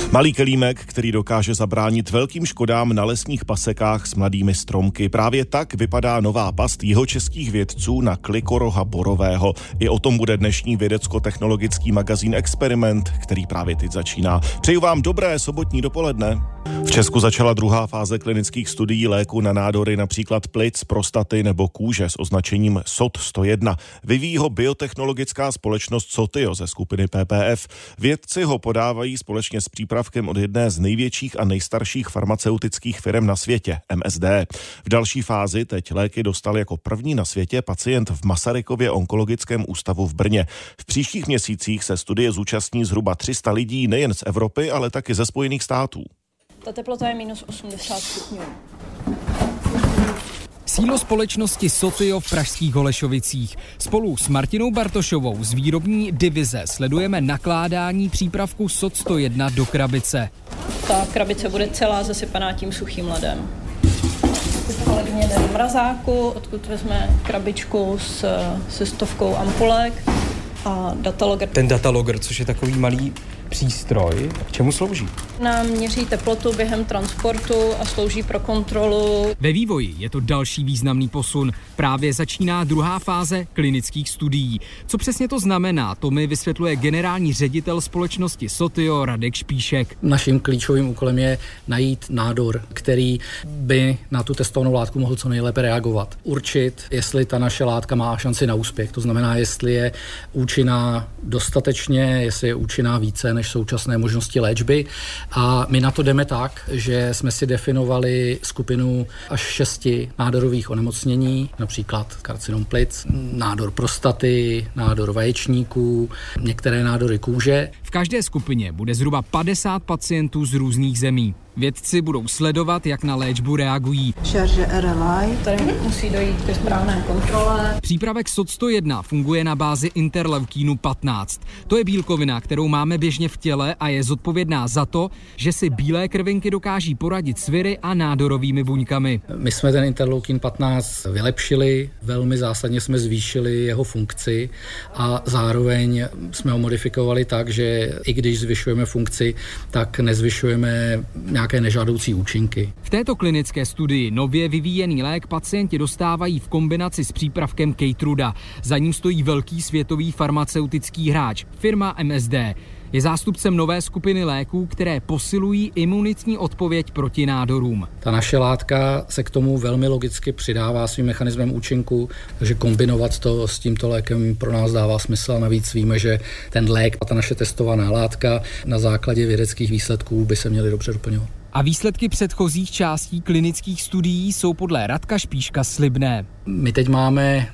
Malý kelímek, který dokáže zabránit velkým škodám na lesních pasekách s mladými stromky. Právě tak vypadá nová past jihočeských vědců na klikoroha borového. I o tom bude dnešní vědecko-technologický magazín Experiment, který právě teď začíná. Přeju vám dobré sobotní dopoledne. V Česku začala druhá fáze klinických studií léku na nádory, například plic, prostaty nebo kůže s označením SOT-101. Vyvíjí ho biotechnologická společnost Sotio ze skupiny PPF. Vědci ho podávají společně s přípravkem od jedné z největších a nejstarších farmaceutických firm na světě, MSD. V další fázi teď léky dostal jako první na světě pacient v Masarykově onkologickém ústavu v Brně. V příštích měsících se studie zúčastní zhruba 300 lidí nejen z Evropy, ale taky ze Spojených států. Ta teplota je minus 80 stupňů. Sídlo společnosti Sotio v pražských Holešovicích. Spolu s Martinou Bartošovou z výrobní divize sledujeme nakládání přípravku SOT-101 do krabice. Ta krabice bude celá zasypaná tím suchým ledem. Kolegyně jde do mrazáku, odkud vezme krabičku se 100 ampulek a datalogger. Ten datalogger, což je takový malý přístroj, k čemu slouží? Nám měří teplotu během transportu a slouží pro kontrolu. Ve vývoji je to další významný posun. Právě začíná druhá fáze klinických studií. Co přesně to znamená, to mi vysvětluje generální ředitel společnosti Sotio Radek Špíšek. Naším klíčovým úkolem je najít nádor, který by na tu testovanou látku mohl co nejlépe reagovat. Určit, jestli ta naše látka má šanci na úspěch. To znamená, jestli je účinná dostatečně, jestli je účinná více než současné možnosti léčby. A my na to jdeme tak, že jsme si definovali skupinu až 6 nádorových onemocnění, například karcinom plic, nádor prostaty, nádor vaječníků, některé nádory kůže. V každé skupině bude zhruba 50 pacientů z různých zemí. Vědci budou sledovat, jak na léčbu reagují. Šarže RLI, tady musí dojít ke správné kontrole. Přípravek SOT-101 funguje na bázi interleukínu 15. To je bílkovina, kterou máme běžně v těle a je zodpovědná za to, že si bílé krvinky dokáží poradit s viry a nádorovými buňkami. My jsme ten interleukin 15 vylepšili, velmi zásadně jsme zvýšili jeho funkci a zároveň jsme ho modifikovali tak, že i když zvyšujeme funkci, tak nezvyšujeme nějaké nežádoucí účinky. V této klinické studii nově vyvíjený lék pacienti dostávají v kombinaci s přípravkem Keytruda. Za ním stojí velký světový farmaceutický hráč, firma MSD. Je zástupcem nové skupiny léků, které posilují imunitní odpověď proti nádorům. Ta naše látka se k tomu velmi logicky přidává svým mechanismem účinku, takže kombinovat to s tímto lékem pro nás dává smysl. Navíc víme, že ten lék a ta naše testovaná látka na základě vědeckých výsledků by se měly dobře doplňovat. A výsledky předchozích částí klinických studií jsou podle Radka Špíška slibné. My teď máme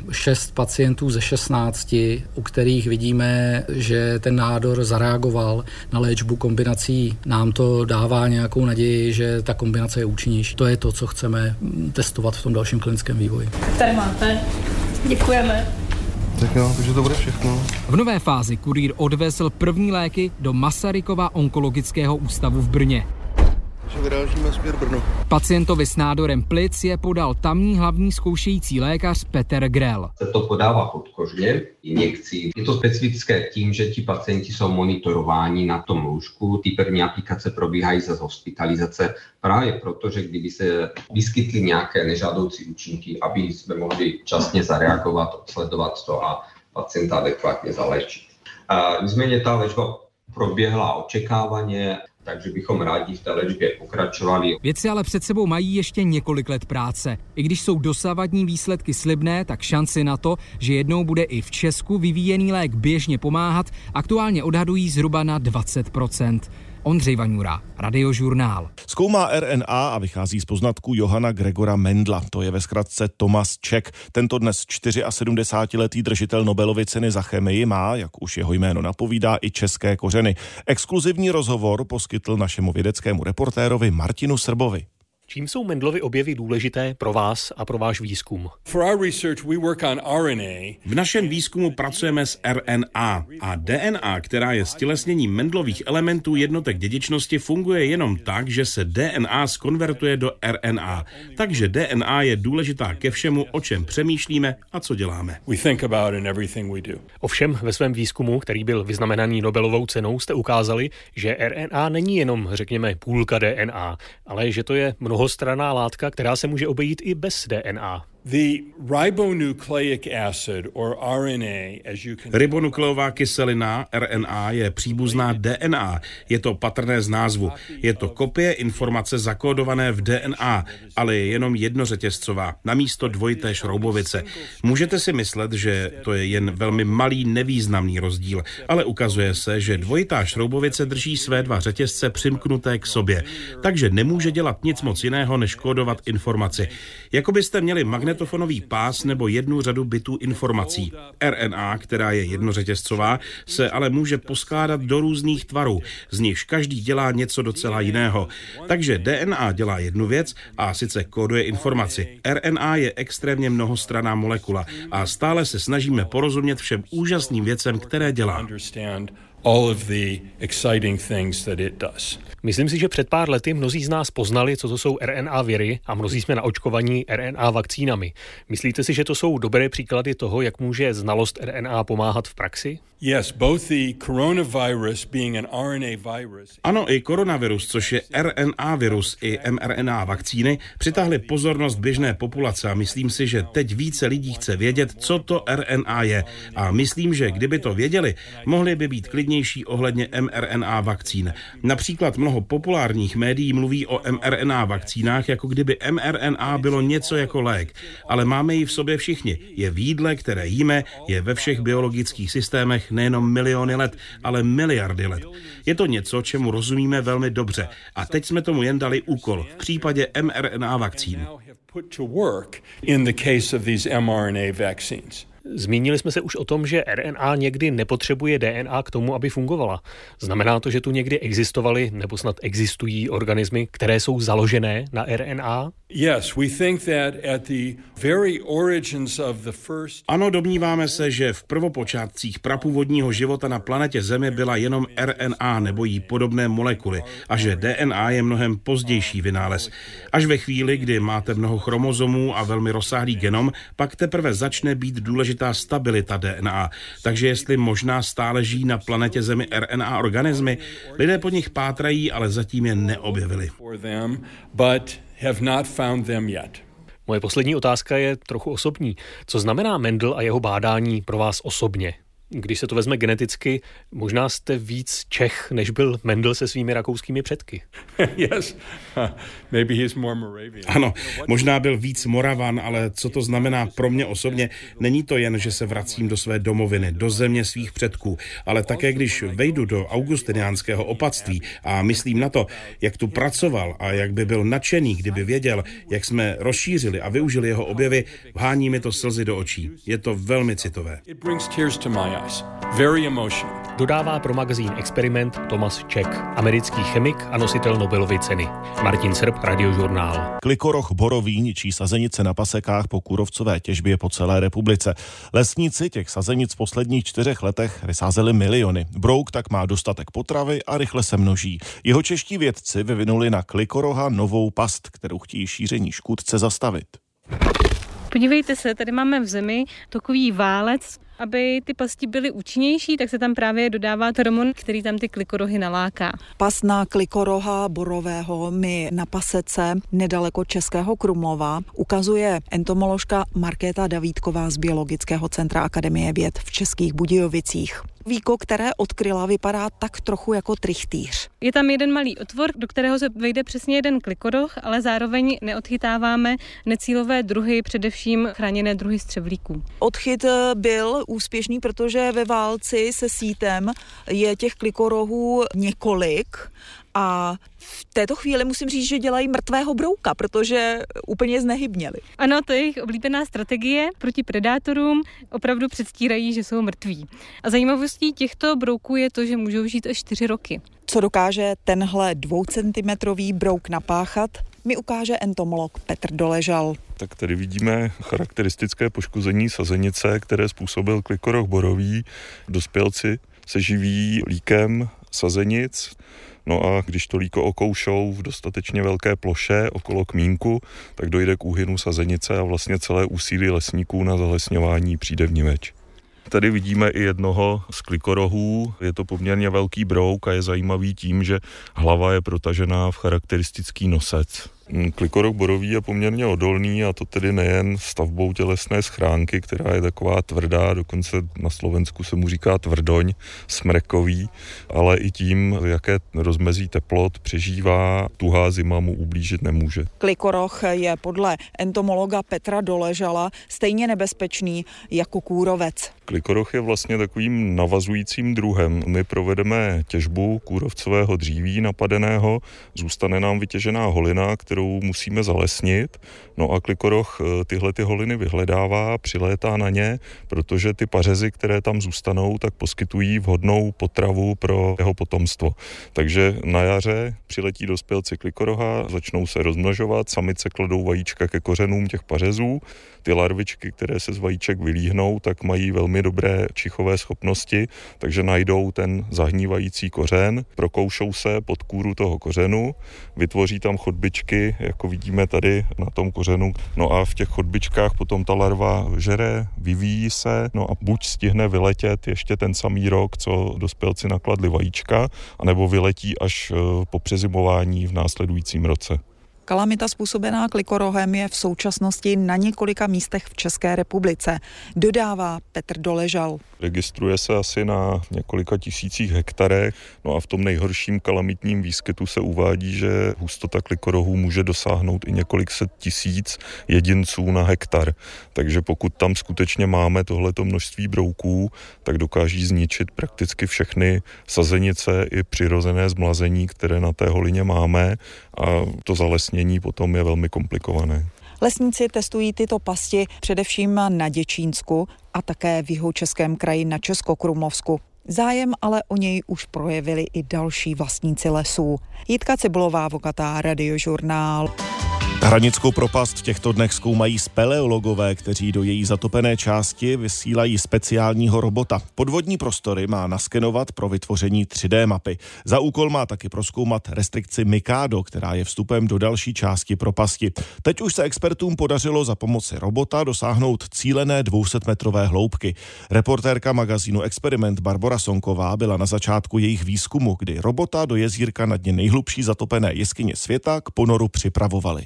6 pacientů ze 16, u kterých vidíme, že ten nádor zareagoval na léčbu kombinací. Nám to dává nějakou naději, že ta kombinace je účinnější. To je to, co chceme testovat v tom dalším klinickém vývoji. Tady máte. Děkujeme. Tak jo, takže to bude všechno. V nové fázi kurýr odvezl první léky do Masarykova onkologického ústavu v Brně. Vyrážíme směr Brno. Pacientovi s nádorem plic je podal tamní hlavní zkoušející lékař Petr Grell. Se to podává podkožně injekcí. Je to specifické tím, že ti pacienti jsou monitorováni na tom lůžku. Ty první aplikace probíhají za hospitalizace právě proto, že kdyby se vyskytly nějaké nežádoucí účinky, aby jsme mohli časně zareagovat, odsledovat to a pacienta adekvátně zaléčit. Nicméně ta léčba proběhla očekávaně, takže bychom rádi v té léčbě pokračovali. Vědci ale před sebou mají ještě několik let práce. I když jsou dosavadní výsledky slibné, tak šanci na to, že jednou bude i v Česku vyvíjený lék běžně pomáhat, aktuálně odhadují zhruba na 20%. Ondřej Vaňura, Radiožurnál. Zkoumá RNA a vychází z poznatků Johana Gregora Mendla. To je ve zkratce Thomas Cech. Tento dnes 74letý držitel Nobelovy ceny za chemii má, jak už jeho jméno napovídá, i české kořeny. Exkluzivní rozhovor poskytl našemu vědeckému reportérovi Martinu Srbovi. Čím jsou Mendlovy objevy důležité pro vás a pro váš výzkum? V našem výzkumu pracujeme s RNA a DNA, která je ztělesněním Mendlových elementů jednotek dědičnosti, funguje jenom tak, že se DNA zkonvertuje do RNA. Takže DNA je důležitá ke všemu, o čem přemýšlíme a co děláme. Ovšem ve svém výzkumu, který byl vyznamenaný Nobelovou cenou, jste ukázali, že RNA není jenom, řekněme, půlka DNA, ale že to je mnohostranná látka, která se může obejít i bez DNA. Ribonukleová kyselina RNA je příbuzná DNA. Je to patrné z názvu. Je to kopie informace zakódované v DNA, ale je jenom jednořetězcová, namísto dvojité šroubovice. Můžete si myslet, že to je jen velmi malý nevýznamný rozdíl, ale ukazuje se, že dvojitá šroubovice drží své dva řetězce přimknuté k sobě, takže nemůže dělat nic moc jiného, než kódovat informaci. Jako byste měli magnetofonový pás nebo jednu řadu bitů informací. RNA, která je jednořetězcová, se ale může poskládat do různých tvarů, z nichž každý dělá něco docela jiného. Takže DNA dělá jednu věc a sice kóduje informaci. RNA je extrémně mnohostranná molekula a stále se snažíme porozumět všem úžasným věcem, které dělá. Myslím si, že před pár lety mnozí z nás poznali, co to jsou RNA viry a mnozí jsme naočkovaní RNA vakcínami. Myslíte si, že to jsou dobré příklady toho, jak může znalost RNA pomáhat v praxi? Ano, i koronavirus, což je RNA virus, i mRNA vakcíny, přitáhly pozornost běžné populace a myslím si, že teď více lidí chce vědět, co to RNA je. A myslím, že kdyby to věděli, mohli by být klidnější ohledně mRNA vakcín. Například mnoho populárních médií mluví o mRNA vakcínách, jako kdyby mRNA bylo něco jako lék. Ale máme ji v sobě všichni. Je v jídle, které jíme, je ve všech biologických systémech nejenom miliony let, ale miliardy let. Je to něco, čemu rozumíme velmi dobře. A teď jsme tomu jen dali úkol v případě mRNA vakcín. Zmínili jsme se už o tom, že RNA někdy nepotřebuje DNA k tomu, aby fungovala. Znamená to, že tu někdy existovaly nebo snad existují organismy, které jsou založené na RNA? Ano, domníváme se, že v prvopočátcích prapůvodního života na planetě Země byla jenom RNA nebo jí podobné molekuly a že DNA je mnohem pozdější vynález. Až ve chvíli, kdy máte mnoho chromozomů a velmi rozsáhlý genom, pak teprve začne být důležitá stabilita DNA. Takže jestli možná stále žijí na planetě Zemi RNA organismy, lidé po nich pátrají, ale zatím je neobjevili. Moje poslední otázka je trochu osobní. Co znamená Mendel a jeho bádání pro vás osobně? Když se to vezme geneticky, možná jste víc Čech, než byl Mendel se svými rakouskými předky. Ano, možná byl víc Moravan, ale co to znamená pro mě osobně, není to jen, že se vracím do své domoviny, do země svých předků, ale také když vejdu do augustiniánského opatství a myslím na to, jak tu pracoval a jak by byl nadšený, kdyby věděl, jak jsme rozšířili a využili jeho objevy, vhání mi to slzy do očí. Je to velmi citové. Dodává pro magazín Experiment Thomas Čech, americký chemik a nositel Nobelovy ceny. Martin Srb, Radiožurnál. Klikoroh boroví ničí sazenice na pasekách po kůrovcové těžbě po celé republice. Lesníci těch sazenic v posledních 4 letech vysázeli miliony. Brouk tak má dostatek potravy a rychle se množí. Jeho čeští vědci vyvinuli na klikoroha novou past, kterou chtějí šíření škůdce zastavit. Podívejte se, tady máme v zemi takový válec. Aby ty pasti byly účinnější, tak se tam právě dodává hormon, který tam ty klikorohy naláká. Past na klikoroha borového mi na pasece nedaleko Českého Krumlova ukazuje entomoložka Markéta Davídková z Biologického centra Akademie věd v Českých Budějovicích. Víko, které odkryla, vypadá tak trochu jako trichtýř. Je tam jeden malý otvor, do kterého se vejde přesně jeden klikoroh, ale zároveň neodchytáváme necílové druhy, především chráněné druhy střevlíků. Odchyt byl úspěšný, protože ve válci se sítem je těch klikorohů několik a v této chvíli musím říct, že dělají mrtvého brouka, protože úplně znehybněli. Ano, to je jejich oblíbená strategie proti predátorům, opravdu předstírají, že jsou mrtví. A zajímavostí těchto brouků je to, že můžou žít až 4 roky. Co dokáže tenhle 2centimetrový brouk napáchat, mi ukáže entomolog Petr Doležal. Tak tady vidíme charakteristické poškození sazenice, které způsobil klikoroh borový. Dospělci se živí líkem sazenic. No a když to líko okoušou v dostatečně velké ploše okolo kmínku, tak dojde k úhynu sazenice a vlastně celé úsilí lesníků na zalesňování přijde vniveč. Tady vidíme i jednoho z klikorohů, je to poměrně velký brouk a je zajímavý tím, že hlava je protažená v charakteristický nosec. Klikoroh borový je poměrně odolný, a to tedy nejen stavbou tělesné schránky, která je taková tvrdá, dokonce na Slovensku se mu říká tvrdoň, smrekový, ale i tím, jaké rozmezí teplot přežívá, tuhá zima mu ublížit nemůže. Klikoroh je podle entomologa Petra Doležala stejně nebezpečný jako kůrovec. Klikoroh je vlastně takovým navazujícím druhem. My provedeme těžbu kůrovcového dříví napadeného, zůstane nám vytěžená holina, kterou musíme zalesnit. No a klikoroh tyhle holiny vyhledává, přilétá na ně, protože ty pařezy, které tam zůstanou, tak poskytují vhodnou potravu pro jeho potomstvo. Takže na jaře přiletí dospělci klikoroha, začnou se rozmnožovat, samice kladou vajíčka ke kořenům těch pařezů. Ty larvičky, které se z vajíček vylíhnou, tak mají velmi dobré čichové schopnosti, takže najdou ten zahnívající kořen, prokoušou se pod kůru toho kořenu, vytvoří tam chodbičky, jako vidíme tady na tom kořenu. No a v těch chodbičkách potom ta larva žere, vyvíjí se, no a buď stihne vyletět ještě ten samý rok, co dospělci nakladli vajíčka, anebo vyletí až po přezimování v následujícím roce. Kalamita způsobená klikorohem je v současnosti na několika místech v České republice, dodává Petr Doležal. Registruje se asi na několika tisících hektarech, no a v tom nejhorším kalamitním výskytu se uvádí, že hustota klikorohů může dosáhnout i několik set tisíc jedinců na hektar. Takže pokud tam skutečně máme tohleto množství brouků, tak dokáží zničit prakticky všechny sazenice i přirozené zmlazení, které na té holině máme, a to zalesnění potom je velmi komplikované. Lesníci testují tyto pasti především na Děčínsku a také v Jihočeském kraji na Českokrumlovsku. Zájem ale o něj už projevili i další vlastníci lesů. Jitka Cibulová, Vokatá, Radiožurnál. Hranickou propast v těchto dnech zkoumají speleologové, kteří do její zatopené části vysílají speciálního robota. Podvodní prostory má naskenovat pro vytvoření 3D mapy. Za úkol má taky prozkoumat restrikci Mikado, která je vstupem do další části propasti. Teď už se expertům podařilo za pomoci robota dosáhnout cílené 200metrové hloubky. Reportérka magazínu Experiment Barbora Sonková byla na začátku jejich výzkumu, kdy robota do jezírka na dně nejhlubší zatopené jeskyně světa k ponoru připravovali.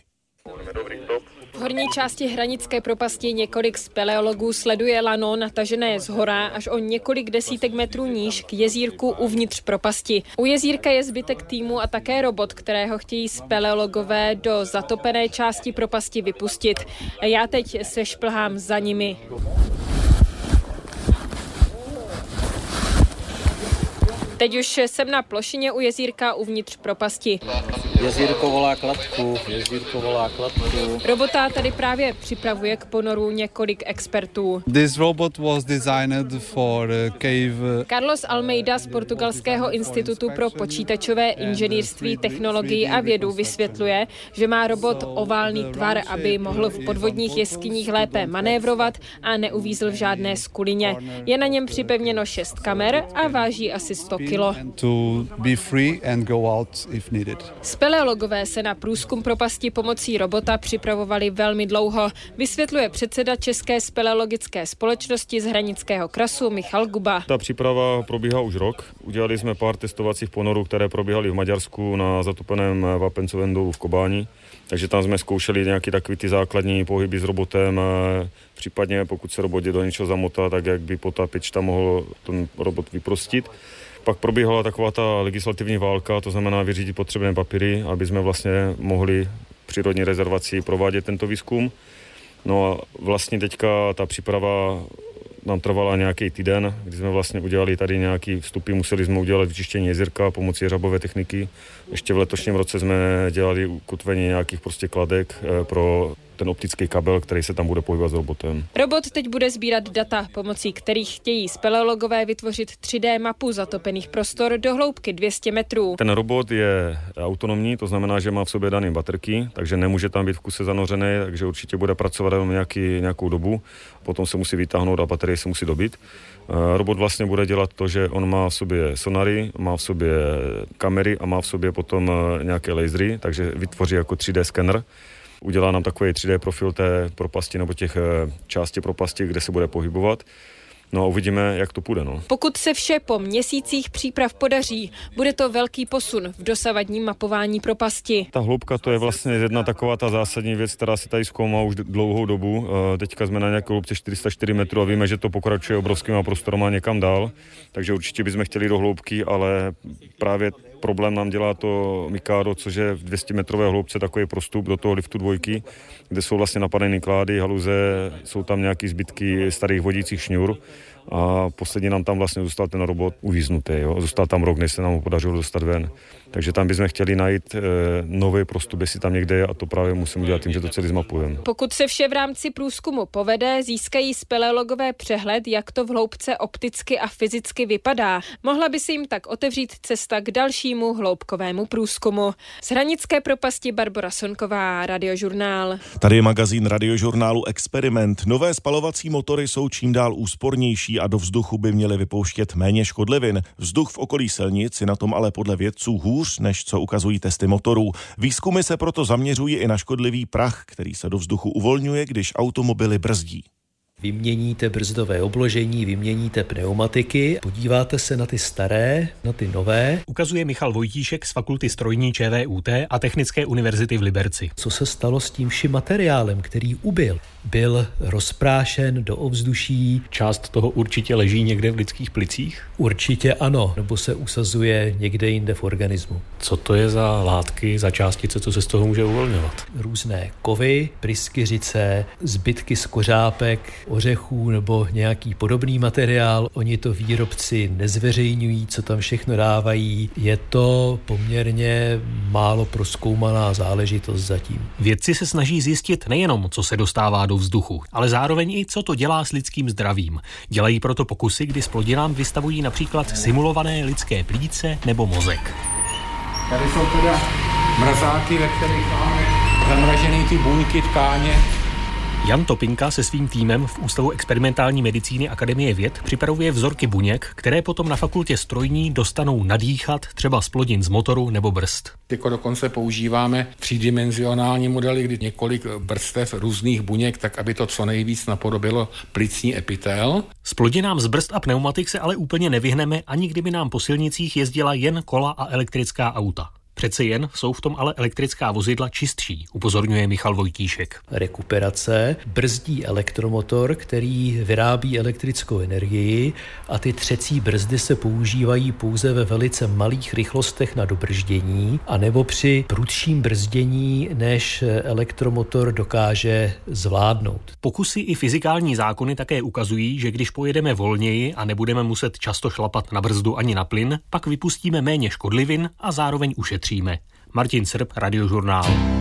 V horní části Hranické propasti několik speleologů sleduje lano natažené zhora až o několik desítek metrů níž k jezírku uvnitř propasti. U jezírka je zbytek týmu a také robot, kterého chtějí speleologové do zatopené části propasti vypustit. Já teď se šplhám za nimi. Teď už jsem na plošině u jezírka uvnitř propasti. Jezírko volá kladku, jezírko volá kladku. Robota tady právě připravuje k ponoru několik expertů. This robot was designed for cave. Carlos Almeida z Portugalského institutu pro počítačové inženýrství, technologii a vědu vysvětluje, že má robot oválný tvar, aby mohl v podvodních jeskyních lépe manévrovat a neuvízl v žádné skulině. Je na něm připevněno 6 kamer a váží asi 100 kilo. To be free and go out if needed. Speleologové se na průzkum propasti pomocí robota připravovali velmi dlouho, vysvětluje předseda České speleologické společnosti z Hranického krasu Michal Guba. Ta příprava probíhá už rok. Udělali jsme pár testovacích ponorů, které probíhaly v Maďarsku na zatopeném Vápencovém dolu v Kobáni. Takže tam jsme zkoušeli nějaký takový ty základní pohyby s robotem, případně pokud se robot do něčeho zamotá, tak jak by potápěč tam mohl ten robot vyprostit. Pak probíhala taková ta legislativní válka, to znamená vyřídit potřebné papíry, aby jsme vlastně mohli přírodní rezervaci provádět tento výzkum. No a vlastně teďka ta příprava nám trvala nějaký týden, kdy jsme vlastně udělali tady nějaký vstupy, museli jsme udělat vyčištění jezírka pomocí jeřabové techniky. Ještě v letošním roce jsme dělali ukotvení nějakých prostě kladek pro ten optický kabel, který se tam bude pohybovat s robotem. Robot teď bude sbírat data, pomocí kterých chtějí speleologové vytvořit 3D mapu zatopených prostor do hloubky 200 metrů. Ten robot je autonomní, to znamená, že má v sobě daný baterky, takže nemůže tam být v kuse zanořený, takže určitě bude pracovat jenom nějakou dobu, potom se musí vytáhnout a baterie se musí dobít. Robot vlastně bude dělat to, že on má v sobě sonary, má v sobě kamery a má v sobě potom nějaké lasery, takže vytvoří jako 3D skener. Udělá nám takový 3D profil té propasti nebo těch částí propasti, kde se bude pohybovat. No a uvidíme, jak to půjde. Pokud se vše po měsících příprav podaří, bude to velký posun v dosavadním mapování propasti. Ta hloubka, to je vlastně jedna taková ta zásadní věc, která se tady zkoumá už dlouhou dobu. Teďka jsme na nějaké hloubce 404 metrů a víme, že to pokračuje obrovskýma prostorama někam dál, takže určitě bychom chtěli do hloubky, ale právě problém nám dělá to Mikado, což je v 200 metrové hloubce takový prostup do toho liftu 2, kde jsou vlastně napadené klády, haluze, jsou tam nějaké zbytky starých vodících šňůr a poslední nám tam vlastně zůstal ten robot uvíznutý. Zůstal tam rok, než se nám ho podařilo dostat ven. Takže tam bychom chtěli najít nový prostup, jestli tam někde je, a to právě musíme dělat tím, že to celý zmapujeme. Pokud se vše v rámci průzkumu povede, získají speleologové přehled, jak to v hloubce opticky a fyzicky vypadá. Mohla by se jim tak otevřít cesta k dalšímu hloubkovému průzkumu. Z Hranické propasti Barbora Sonková, Radiožurnál. Tady je magazín Radiožurnálu Experiment. Nové spalovací motory jsou čím dál úspornější a do vzduchu by měly vypouštět méně škodlivin. Vzduch v okolí silnic je na tom ale podle vědců hůř, než co ukazují testy motorů. Výzkumy se proto zaměřují i na škodlivý prach, který se do vzduchu uvolňuje, když automobily brzdí. Vyměníte brzdové obložení, vyměníte pneumatiky, podíváte se na ty staré, na ty nové. Ukazuje Michal Vojtíšek z Fakulty strojní ČVUT a Technické univerzity v Liberci. Co se stalo s tím vším materiálem, který ubyl? Byl rozprášen do ovzduší. Část toho určitě leží někde v lidských plicích? Určitě ano, nebo se usazuje někde jinde v organismu. Co to je za látky, za částice, co se z toho může uvolňovat? Různé kovy, pryskyřice, zbytky z kořápek, ořechů nebo nějaký podobný materiál. Oni to výrobci nezveřejňují, co tam všechno dávají. Je to poměrně málo prozkoumaná záležitost zatím. Vědci se snaží zjistit nejenom, co se dostává do vzduchu, ale zároveň i co to dělá s lidským zdravím. Dělají proto pokusy, kdy zplodinám vystavují například simulované lidské plíce nebo mozek. Tady jsou teda mrazáky, ve kterých máme zamražené ty buňky, tkáně. Jan Topinka se svým týmem v Ústavu experimentální medicíny Akademie věd připravuje vzorky buněk, které potom na fakultě strojní dostanou nadýchat třeba z plodin z motoru nebo brzd. Jako dokonce používáme třídimenzionální modely, kdy několik vrstev různých buněk, tak aby to co nejvíc napodobilo plicní epitel. Z plodinám z brzd a pneumatik se ale úplně nevyhneme, ani kdyby nám po silnicích jezdila jen kola a elektrická auta. Přece jen jsou v tom ale elektrická vozidla čistší, upozorňuje Michal Vojtíšek. Rekuperace brzdí elektromotor, který vyrábí elektrickou energii, a ty třecí brzdy se používají pouze ve velice malých rychlostech na dobrždění anebo při prudším brzdění, než elektromotor dokáže zvládnout. Pokusy i fyzikální zákony také ukazují, že když pojedeme volněji a nebudeme muset často šlapat na brzdu ani na plyn, pak vypustíme méně škodlivin a zároveň ušetříme. Martin Srb, Radiožurnál.